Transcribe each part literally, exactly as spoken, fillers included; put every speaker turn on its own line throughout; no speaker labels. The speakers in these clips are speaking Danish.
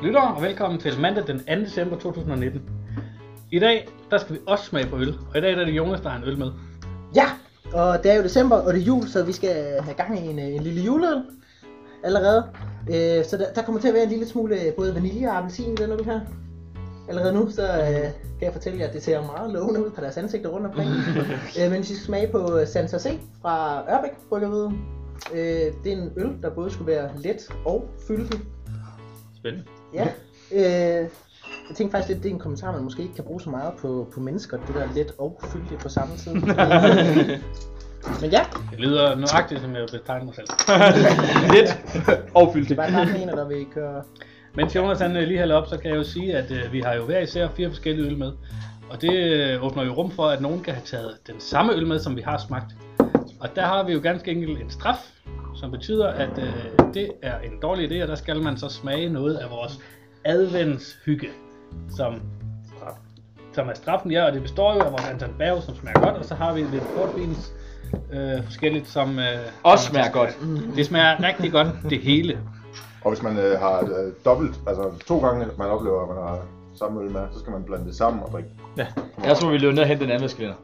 lyttere, og velkommen til mandag den anden december to tusind og nitten. I dag, der skal vi også smage på øl, og i dag der er det Jonas, der har en øl med.
Ja, og det er jo december, og det er jul, så vi skal have gang i en, en lille juleøl allerede. Øh, så der, der kommer til at være en lille smule både vanilje og appelsin i den øl her. Allerede nu, så øh, kan jeg fortælle jer, at det ser meget lovende ud på deres ansigter rundt omkring. øh, men vi skal smage på Santa C fra Ørbæk Bryggeriet. Øh, det er en øl, der både skulle være let og fyldig.
Spændende.
Ja. Øh, jeg tænkte faktisk lidt, det er en kommentar, man måske ikke kan bruge så meget på, på mennesker, det der let og fyldigt på samme tid. Men ja.
Det lyder nøjagtigt, som jeg betegner mig selv.
Lidt og fyldigt.
Det var bare en, der vil køre...
Mens Jonas han lige hælder op, så kan jeg jo sige, at øh, vi har jo hver især fire forskellige øl med. Og det øh, åbner jo rum for, at nogen kan have taget den samme øl med, som vi har smagt. Og der har vi jo ganske enkelt en straf, som betyder, at øh, det er en dårlig idé, og der skal man så smage noget af vores adventshygge, som, som er straffen, ja, og det består jo af vores Anton Berg, som smager godt, og så har vi lidt portvins øh, forskelligt, som øh,
også smager godt.
Det smager rigtig godt, det hele.
Og hvis man øh, har øh, dobbelt, altså to gange, man oplever, at man har samme øl med, så skal man blande det sammen og drikke.
Ja, ja, så må vi løbe ned og hente den anden vaskelænder.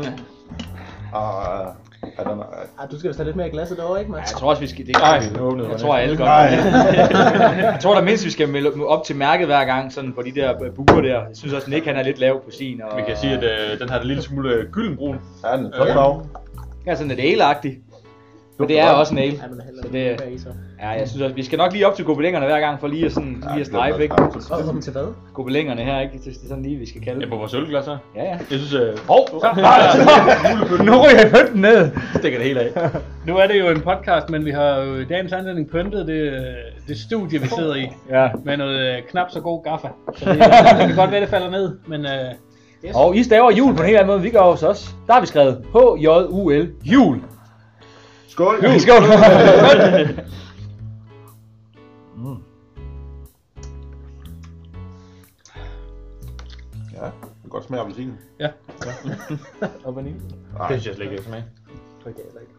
Ah, ja, den er...
Ah, du skal jo tage lidt mere i glasset derovre, ikke, Mads?
Ja, jeg tror også, vi skal... Det,
Nej,
jeg, jeg tror, alle godt. Jeg tror, der mindst, vi skal melde op til mærket hver gang, sådan på de der buer der. Jeg synes også, Nick han er lidt lav på sin. Og...
Vi kan sige, at øh, den har en lille smule gyldenbrun.
Ja, den er flot farve.
Ja, sådan lidt ale-agtig. Men det er også en ale.
Ja, men
Så det, ja, jeg synes også, vi skal nok lige op til gobelingerne hver gang, for lige at, sådan, lige at strejfe, ikke?
Og kom til hvad?
Gobelingerne her, ikke? Det er sådan lige, vi skal kalde
Ja,
det.
på vores ølglas her.
Ja, ja.
Jeg synes, øh... Hov! Så!
Nu ryger jeg pynten ned!
Stikker det hele af.
Nu er det jo en podcast, men vi har jo i dagens anledning pyntet det, det studie, vi sidder i,
Ja.
med noget øh, knap så god gaffa. Så det, det kan godt være, det falder ned, men... Øh,
Yes.
Og I staver jul på en helt anden måde, vi gør hos os. Der har vi skrevet H J U L, jul.
Skål!
Skål! Skål!
Mm. Ja, det kan godt smage appelsinen.
ja.
Og vanilje.
Nej,
Det synes jeg slet ikke, jeg smag.
Det kan jeg ikke.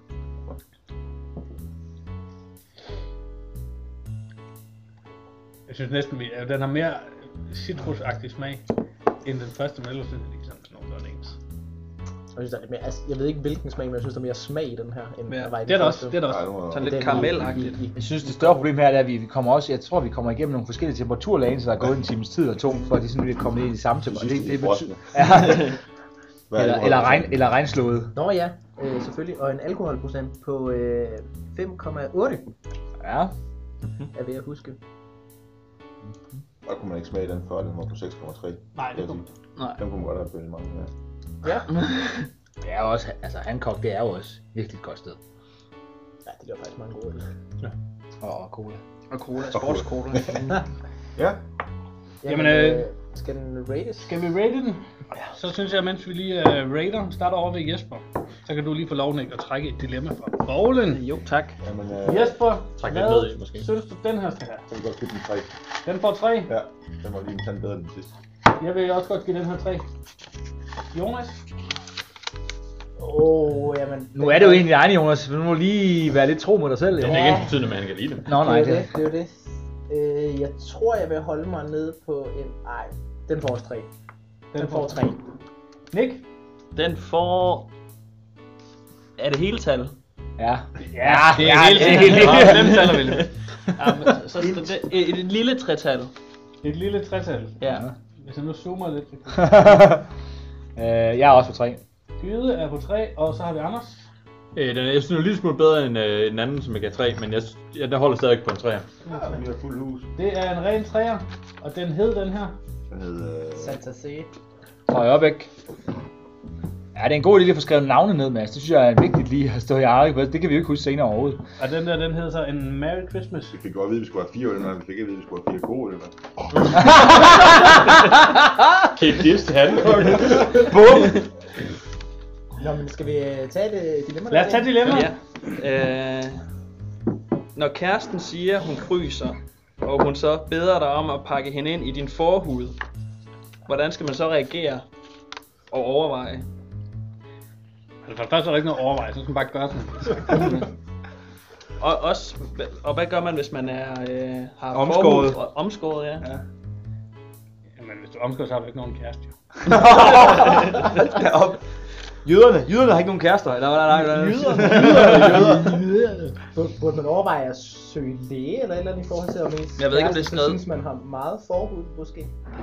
Jeg synes næsten, vi, den har mere citrusagtig smag end den første, men ellers synes jeg, det er sådan nogenlunde ens.
Jeg synes, der er lidt mere, altså, jeg ved ikke hvilken smag, men jeg synes, der er mere smag i den her, end
Ja,
der var i den
Det er der
første.
også, det er der
nej,
også.
nu er
Sådan
der...
lidt
Den i-
karamelagtigt.
i- i-
Jeg synes, det større problem her er, at vi, vi kommer også, jeg tror, vi kommer igennem nogle forskellige temperaturlag, så der er gået en times tid eller to, for at de sådan lidt kommer ind i samme temperatur. Det, det betyder, ja.
Hvad er
eller,
det,
eller,
hvor-
regn, eller regnslået.
Nå ja, øh, selvfølgelig. Og en alkoholprocent på øh, fem komma otte,
Ja.
er ved at huske.
Der kunne man ikke smage den før, den var på seks komma tre.
Nej, det kunne
Nej.
Den kunne man godt have bølget mange med.
Ja.
Det er også, altså Hancock, det er jo også virkelig et godt sted.
Ja, det er faktisk mange gode øl.
Og cola.
Og cola, sportscola.
Ja,
Jamen, øh,
skal den rates?
Skal vi rate den? Så synes jeg, mens vi lige uh, rater, starter over ved Jesper, så kan du lige få lov, Nick, at trække et dilemma fra bowlen.
Jo, tak.
jamen, øh,
Jesper,
Træk lidt
hvad
ned i, måske.
synes du, den her skal have?
så kan vi godt give den tre.
Den får tre.
Ja, den var lige en tand bedre end den sidste.
Jeg vil også godt give den her tre. Jonas?
Åh, oh, jamen.
Nu er det jo egentlig egen, Jonas, så du må lige være lidt tro mod dig selv.
Det
Jo.
er ikke ens betydende, at han kan lide det.
Nå
Det
nej,
er jo
det
det, det er jo det. Øh, jeg tror, jeg vil holde mig nede på en... Ej, den får også tre. Den får tre.
Nick?
Den får... Er det hele tal?
Ja.
Ja, det er
ja,
helt
det er
sikkert.
helt-
Hvem taler vi lidt?
Ja, men, så står det et, et lille tretal.
Et lille tretal.
Ja.
Hvis jeg nu zoomer lidt.
Øh, jeg er også på tre.
Gyde er på tre, og så har vi Anders.
Øh, den, jeg synes, den er en lille smule bedre end øh, den anden, som jeg gav tre, men jeg, jeg der holder stadig på en tre.
Ja, vi har fuld hus.
Det er en ren træer, og den hed den her.
Den hed... Øh...
Santa C.
Fra Ørbæk. Ja, det er en god idé lige at få skrevet navne ned, Mads. Det synes jeg er vigtigt lige at stå i ark. Det kan vi jo ikke huske senere overhovedet.
Og den der, den hed så en Merry Christmas.
Vi fik godt at vide, at vi skulle have fire øl, men vi fik ikke at vide, at vi skulle have fire gode øl.
Kate Diss til Hancock.
Bum!
Nå, men skal vi øh, tage det dilemma?
Lad os tage dilemmaet.
Ja. Øh, når kæresten siger, hun fryser, og hun så beder dig om at pakke hende ind i din forhud, hvordan skal man så reagere og overveje?
Altså for det første er der ikke noget overvej, så skal man bare gøre sådan.
og, også, og hvad gør man, hvis man er øh, har
Omskåret.
forhud- omskåret, ja.
Ja.
Jamen, hvis du omskåret, så har du ikke nogen kæreste, jo.
Op. Jøderne, jøderne har ikke nogen kærester, eller hvad der er?
Jøderne. Burde- Burde man overveje at søge læge eller et eller andet i forhold til, om ens
Jeg ved ikke, om det er
kæreste
sådan noget-
synes, man har meget forhud, måske?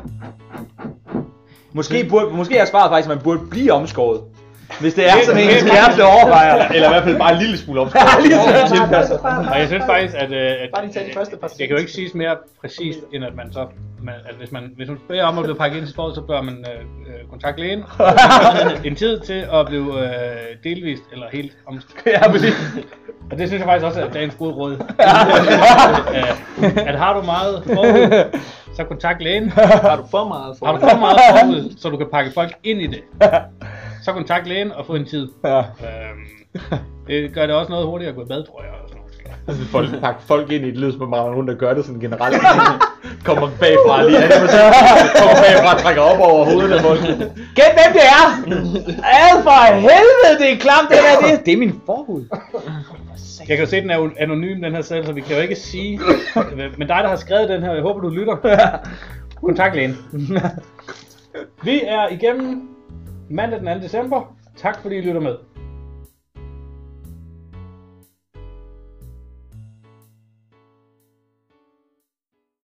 Måske, burde, måske er svaret faktisk, at man burde blive omskåret. Hvis det er sådan en, ens kæreste overvejer.
Eller i hvert fald bare en lille smule omskåret.
Ja, lige så.
Tilpasset.
Og jeg synes faktisk, at, øh, at,
Bare lige tage de første par
det kan jo ikke siges mere præcist, end at man så, man, at hvis man, hvis man beder om at blive pakket ind til sport, så bør man øh, øh, kontakte lægen. En tid til at blive øh, delvist eller helt omskåret.
Ja, præcis.
Og det synes jeg faktisk også er dagens gode råd. øh, at har du meget forhud, så kontakt lægen.
Har du for meget
Har du
forhud?
for meget forhud, så du kan pakke folk ind i det, så kontakt lægen og få en tid.
Ja.
Øhm, det gør det også noget hurtigere at gå i bad, tror jeg. Og sådan noget.
Altså, folk pakker folk ind i et lyd, som bare nogen, der gør det sådan generelt. Kommer bagfra lige. Ja, det er præcis. Kommer bagfra og trækker op over hovedet af folk.
Gæt hvem det er! Ad for helvede, det er klamt, det der det. Det er min forhud.
Jeg kan jo se, den er jo anonym, den her seddel, så vi kan jo ikke sige. Men dig, der har skrevet den her, jeg håber, du lytter. Kontakt lægen. Vi er igennem mandag den anden december. Tak fordi I lytter med.